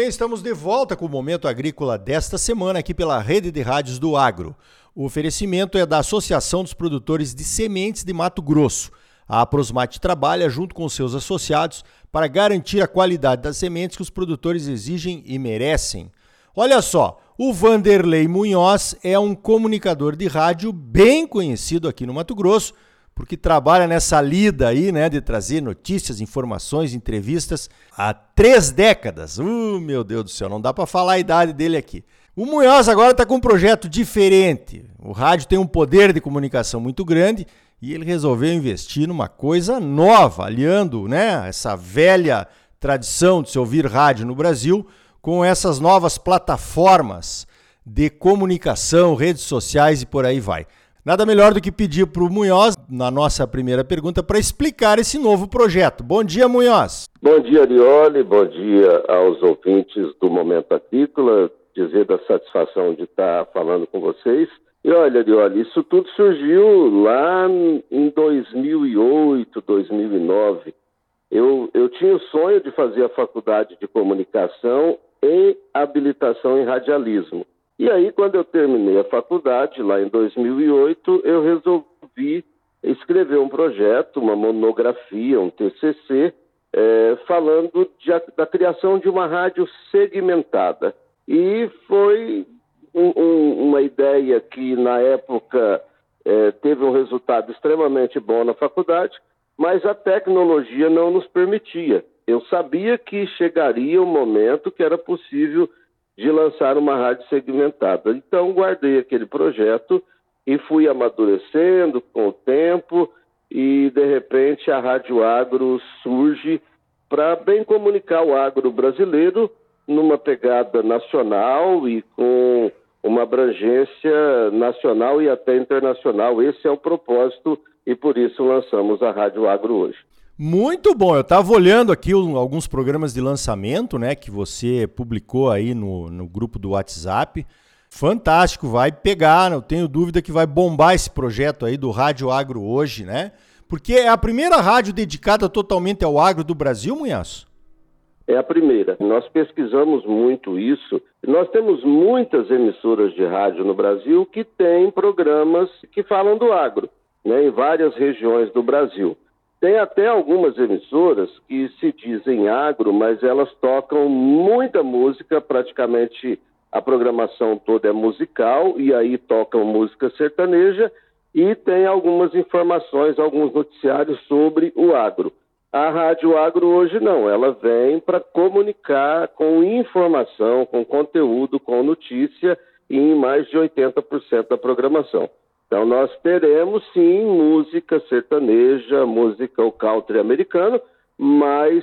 bem, estamos de volta com o Momento Agrícola desta semana aqui pela Rede de Rádios do Agro. O oferecimento é da Associação dos Produtores de Sementes de Mato Grosso. A Aprosmate trabalha junto com seus associados para garantir a qualidade das sementes que os produtores exigem e merecem. Olha só, o Vanderlei Munhoz é um comunicador de rádio bem conhecido aqui no Mato Grosso, porque trabalha nessa lida aí, né, de trazer notícias, informações, entrevistas há 3 décadas. Meu Deus do céu, não dá para falar a idade dele aqui. O Munhoz agora está com um projeto diferente. O rádio tem um poder de comunicação muito grande e ele resolveu investir numa coisa nova, aliando, né, essa velha tradição de se ouvir rádio no Brasil com essas novas plataformas de comunicação, redes sociais e por aí vai. Nada melhor do que pedir para o Munhoz, na nossa primeira pergunta, para explicar esse novo projeto. Bom dia, Munhoz. Bom dia, Arioli. Bom dia aos ouvintes do Momento Agrícola. Dizer da satisfação de estar falando com vocês. E olha, Arioli, isso tudo surgiu lá em 2008, 2009. Eu tinha o sonho de fazer a faculdade de comunicação em habilitação em radialismo. E aí, quando eu terminei a faculdade, lá em 2008, eu resolvi escrever um projeto, uma monografia, um TCC, falando da criação de uma rádio segmentada. E foi uma ideia que, na época, teve um resultado extremamente bom na faculdade, mas a tecnologia não nos permitia. Eu sabia que chegaria um momento que era possível de lançar uma rádio segmentada. Então, guardei aquele projeto e fui amadurecendo com o tempo e, de repente, a Rádio Agro surge para bem comunicar o agro brasileiro numa pegada nacional e com uma abrangência nacional e até internacional. Esse é o propósito e, por isso, lançamos a Rádio Agro hoje. Muito bom, eu estava olhando aqui alguns programas de lançamento, né, que você publicou aí no grupo do WhatsApp. Fantástico, vai pegar, não tenho dúvida que vai bombar esse projeto aí do Rádio Agro hoje, né? Porque é a primeira rádio dedicada totalmente ao agro do Brasil, Munhoz? É a primeira. Nós pesquisamos muito isso. Nós temos muitas emissoras de rádio no Brasil que têm programas que falam do agro, né, em várias regiões do Brasil. Tem até algumas emissoras que se dizem agro, mas elas tocam muita música, praticamente a programação toda é musical, e aí tocam música sertaneja, e tem algumas informações, alguns noticiários sobre o agro. A Rádio Agro hoje não, ela vem para comunicar com informação, com conteúdo, com notícia, em mais de 80% da programação. Então, nós teremos, sim, música sertaneja, música country americano, mas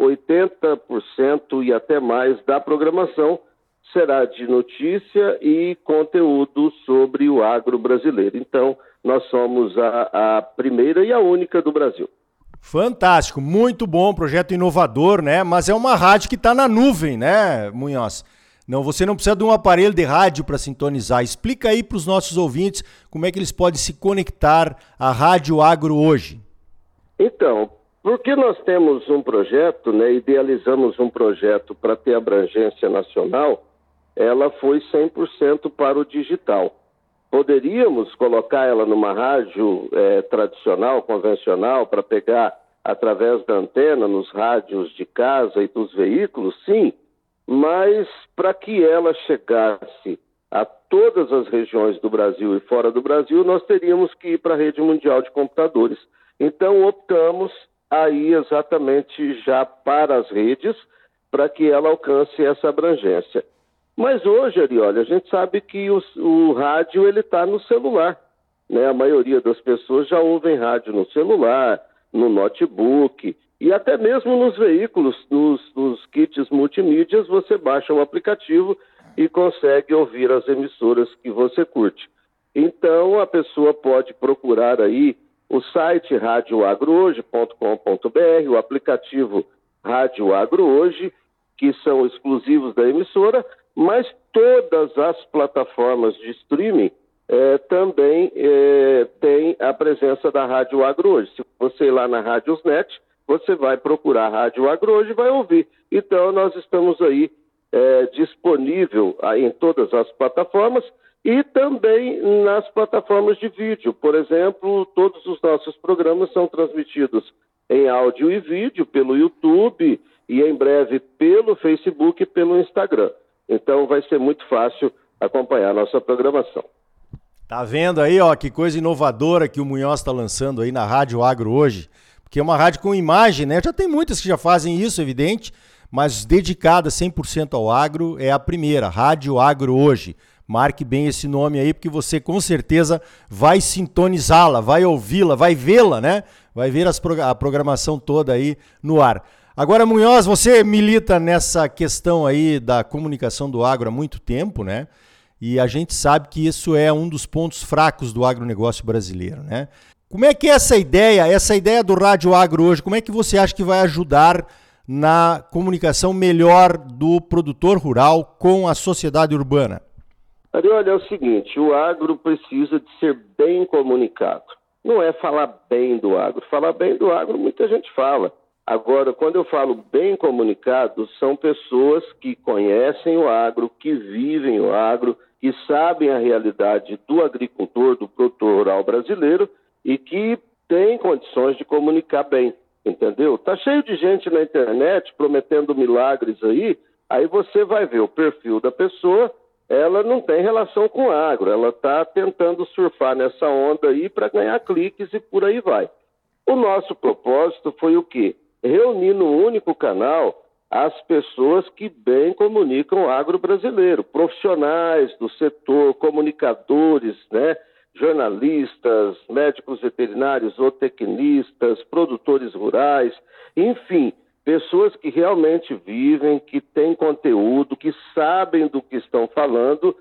80% e até mais da programação será de notícia e conteúdo sobre o agro brasileiro. Então, nós somos a primeira e a única do Brasil. Fantástico, muito bom, projeto inovador, né? Mas é uma rádio que está na nuvem, né, Munhoz? Não, você não precisa de um aparelho de rádio para sintonizar. Explica aí para os nossos ouvintes como é que eles podem se conectar à Rádio Agro hoje. Então, porque nós temos um projeto, né, idealizamos um projeto para ter abrangência nacional, ela foi 100% para o digital. Poderíamos colocar ela numa rádio tradicional, convencional, para pegar através da antena nos rádios de casa e dos veículos, sim, mas para que ela chegasse a todas as regiões do Brasil e fora do Brasil, nós teríamos que ir para a rede mundial de computadores. Então, optamos a ir exatamente já para as redes, para que ela alcance essa abrangência. Mas hoje, Arioli, a gente sabe que o rádio está no celular, né? A maioria das pessoas já ouvem rádio no celular, no notebook, e até mesmo nos veículos, nos kits multimídias, você baixa o aplicativo e consegue ouvir as emissoras que você curte. Então, a pessoa pode procurar aí o site radioagrohoje.com.br, o aplicativo Rádio Agro Hoje, que são exclusivos da emissora, mas todas as plataformas de streaming também têm a presença da Rádio Agro Hoje. Se você ir lá na Radiosnet, você vai procurar a Rádio Agro Hoje e vai ouvir. Então, nós estamos aí disponível em todas as plataformas e também nas plataformas de vídeo. Por exemplo, todos os nossos programas são transmitidos em áudio e vídeo pelo YouTube e em breve pelo Facebook e pelo Instagram. Então vai ser muito fácil acompanhar a nossa programação. Tá vendo aí, ó, que coisa inovadora que o Munhoz está lançando aí na Rádio Agro hoje, porque é uma rádio com imagem, né? Já tem muitas que já fazem isso, evidente, mas dedicada 100% ao agro é a primeira, Rádio Agro hoje. Marque bem esse nome aí, porque você com certeza vai sintonizá-la, vai ouvi-la, vai vê-la, né? Vai ver a programação toda aí no ar. Agora, Munhoz, você milita nessa questão aí da comunicação do agro há muito tempo, né? E a gente sabe que isso é um dos pontos fracos do agronegócio brasileiro, né? Como é que é essa ideia do Rádio Agro hoje, como é que você acha que vai ajudar na comunicação melhor do produtor rural com a sociedade urbana? Olha, é o seguinte, o agro precisa de ser bem comunicado. Não é falar bem do agro. Falar bem do agro muita gente fala. Agora, quando eu falo bem comunicado, são pessoas que conhecem o agro, que vivem o agro, que sabem a realidade do agricultor, do produtor rural brasileiro e que têm condições de comunicar bem, entendeu? Tá cheio de gente na internet prometendo milagres aí você vai ver o perfil da pessoa, ela não tem relação com o agro, ela está tentando surfar nessa onda aí para ganhar cliques e por aí vai. O nosso propósito foi o quê? Reunir num único canal as pessoas que bem comunicam o agro brasileiro, profissionais do setor, comunicadores, né, jornalistas, médicos veterinários, zootecnistas, produtores rurais, enfim, pessoas que realmente vivem, que têm conteúdo, que sabem do que estão falando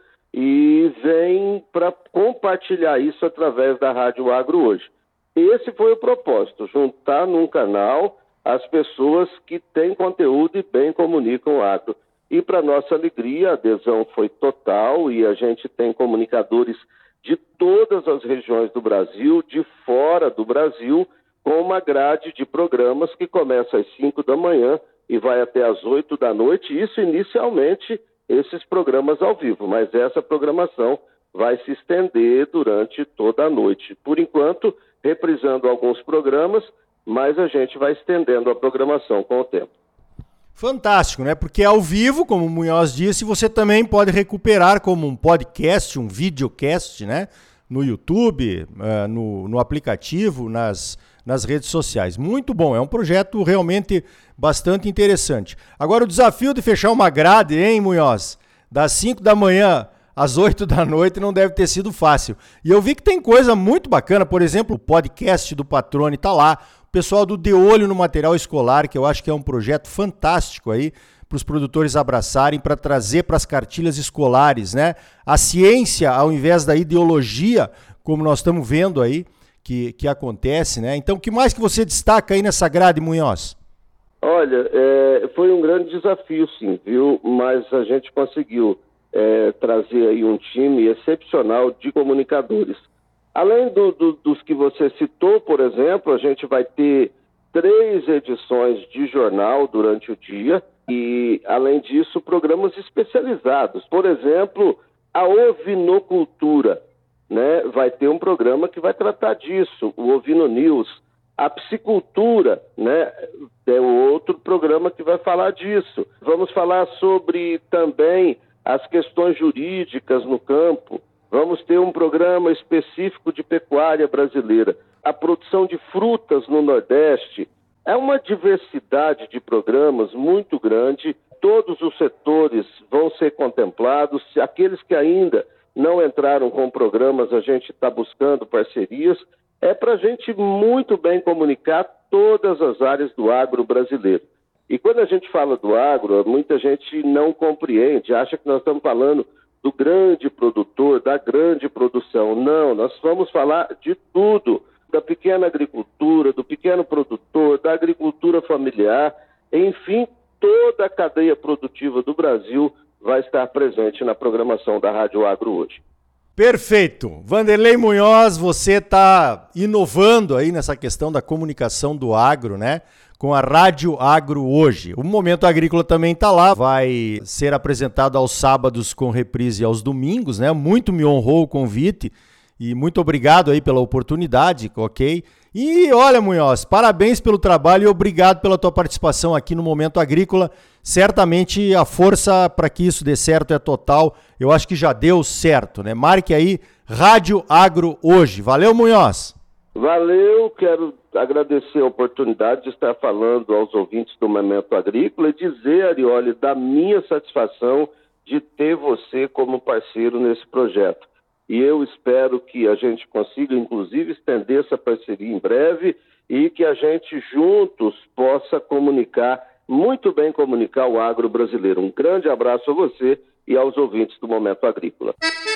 e vêm para compartilhar isso através da Rádio Agro hoje. Esse foi o propósito, juntar num canal as pessoas que têm conteúdo e bem comunicam o agro. E para nossa alegria, a adesão foi total e a gente tem comunicadores de todas as regiões do Brasil, de fora do Brasil, com uma grade de programas que começa às 5 da manhã e vai até às 8 da noite. Isso inicialmente, esses programas ao vivo, mas essa programação vai se estender durante toda a noite. Por enquanto, reprisando alguns programas, mas a gente vai estendendo a programação com o tempo. Fantástico, né? Porque ao vivo, como o Munhoz disse, você também pode recuperar como um podcast, um videocast, né? No YouTube, no aplicativo, nas redes sociais. Muito bom, é um projeto realmente bastante interessante. Agora o desafio de fechar uma grade, hein, Munhoz? Das 5 da manhã às 8 da noite não deve ter sido fácil. E eu vi que tem coisa muito bacana, por exemplo, o podcast do Patrone tá lá, o pessoal do De Olho no Material Escolar, que eu acho que é um projeto fantástico aí para os produtores abraçarem, para trazer para as cartilhas escolares, né? A ciência ao invés da ideologia, como nós estamos vendo aí, que acontece, né? Então, o que mais que você destaca aí nessa grade, Munhoz? Olha, foi um grande desafio, sim, viu? Mas a gente conseguiu trazer aí um time excepcional de comunicadores. Além dos que você citou, por exemplo, a gente vai ter 3 edições de jornal durante o dia e, além disso, programas especializados. Por exemplo, a ovinocultura, né? Vai ter um programa que vai tratar disso, o Ovino News. A piscicultura, né? É outro programa que vai falar disso. Vamos falar sobre também as questões jurídicas no campo. Vamos ter um programa específico de pecuária brasileira. A produção de frutas no Nordeste. É uma diversidade de programas muito grande. Todos os setores vão ser contemplados. Aqueles que ainda não entraram com programas, a gente está buscando parcerias. É para a gente muito bem comunicar todas as áreas do agro brasileiro. E quando a gente fala do agro, muita gente não compreende, acha que nós estamos falando do grande produtor, da grande produção. Não, nós vamos falar de tudo, da pequena agricultura, do pequeno produtor, da agricultura familiar, enfim, toda a cadeia produtiva do Brasil vai estar presente na programação da Rádio Agro hoje. Perfeito. Vanderlei Munhoz, você está inovando aí nessa questão da comunicação do agro, né? com a Rádio Agro Hoje. O Momento Agrícola também está lá, vai ser apresentado aos sábados com reprise aos domingos, né? Muito me honrou o convite e muito obrigado aí pela oportunidade, ok? E olha, Munhoz, parabéns pelo trabalho e obrigado pela tua participação aqui no Momento Agrícola. Certamente a força para que isso dê certo é total. Eu acho que já deu certo, né? Marque aí Rádio Agro Hoje. Valeu, Munhoz. Valeu, quero agradecer a oportunidade de estar falando aos ouvintes do Momento Agrícola e dizer, Arioli, da minha satisfação de ter você como parceiro nesse projeto. E eu espero que a gente consiga, inclusive, estender essa parceria em breve e que a gente juntos possa muito bem comunicar o agro brasileiro. Um grande abraço a você e aos ouvintes do Momento Agrícola.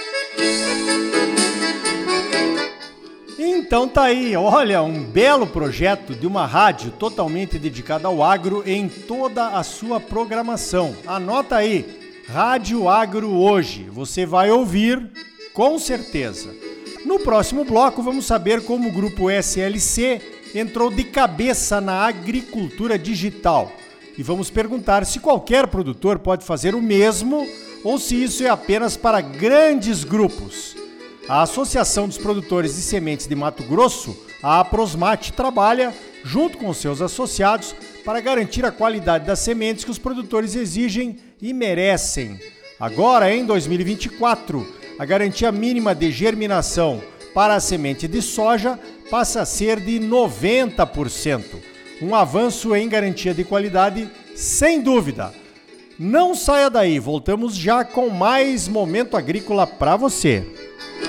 Então tá aí, olha, um belo projeto de uma rádio totalmente dedicada ao agro em toda a sua programação. Anota aí, Rádio Agro Hoje, você vai ouvir com certeza. No próximo bloco vamos saber como o grupo SLC entrou de cabeça na agricultura digital. E vamos perguntar se qualquer produtor pode fazer o mesmo ou se isso é apenas para grandes grupos. A Associação dos Produtores de Sementes de Mato Grosso, a Aprosmate, trabalha junto com seus associados para garantir a qualidade das sementes que os produtores exigem e merecem. Agora, em 2024, a garantia mínima de germinação para a semente de soja passa a ser de 90%. Um avanço em garantia de qualidade, sem dúvida. Não saia daí, voltamos já com mais Momento Agrícola para você.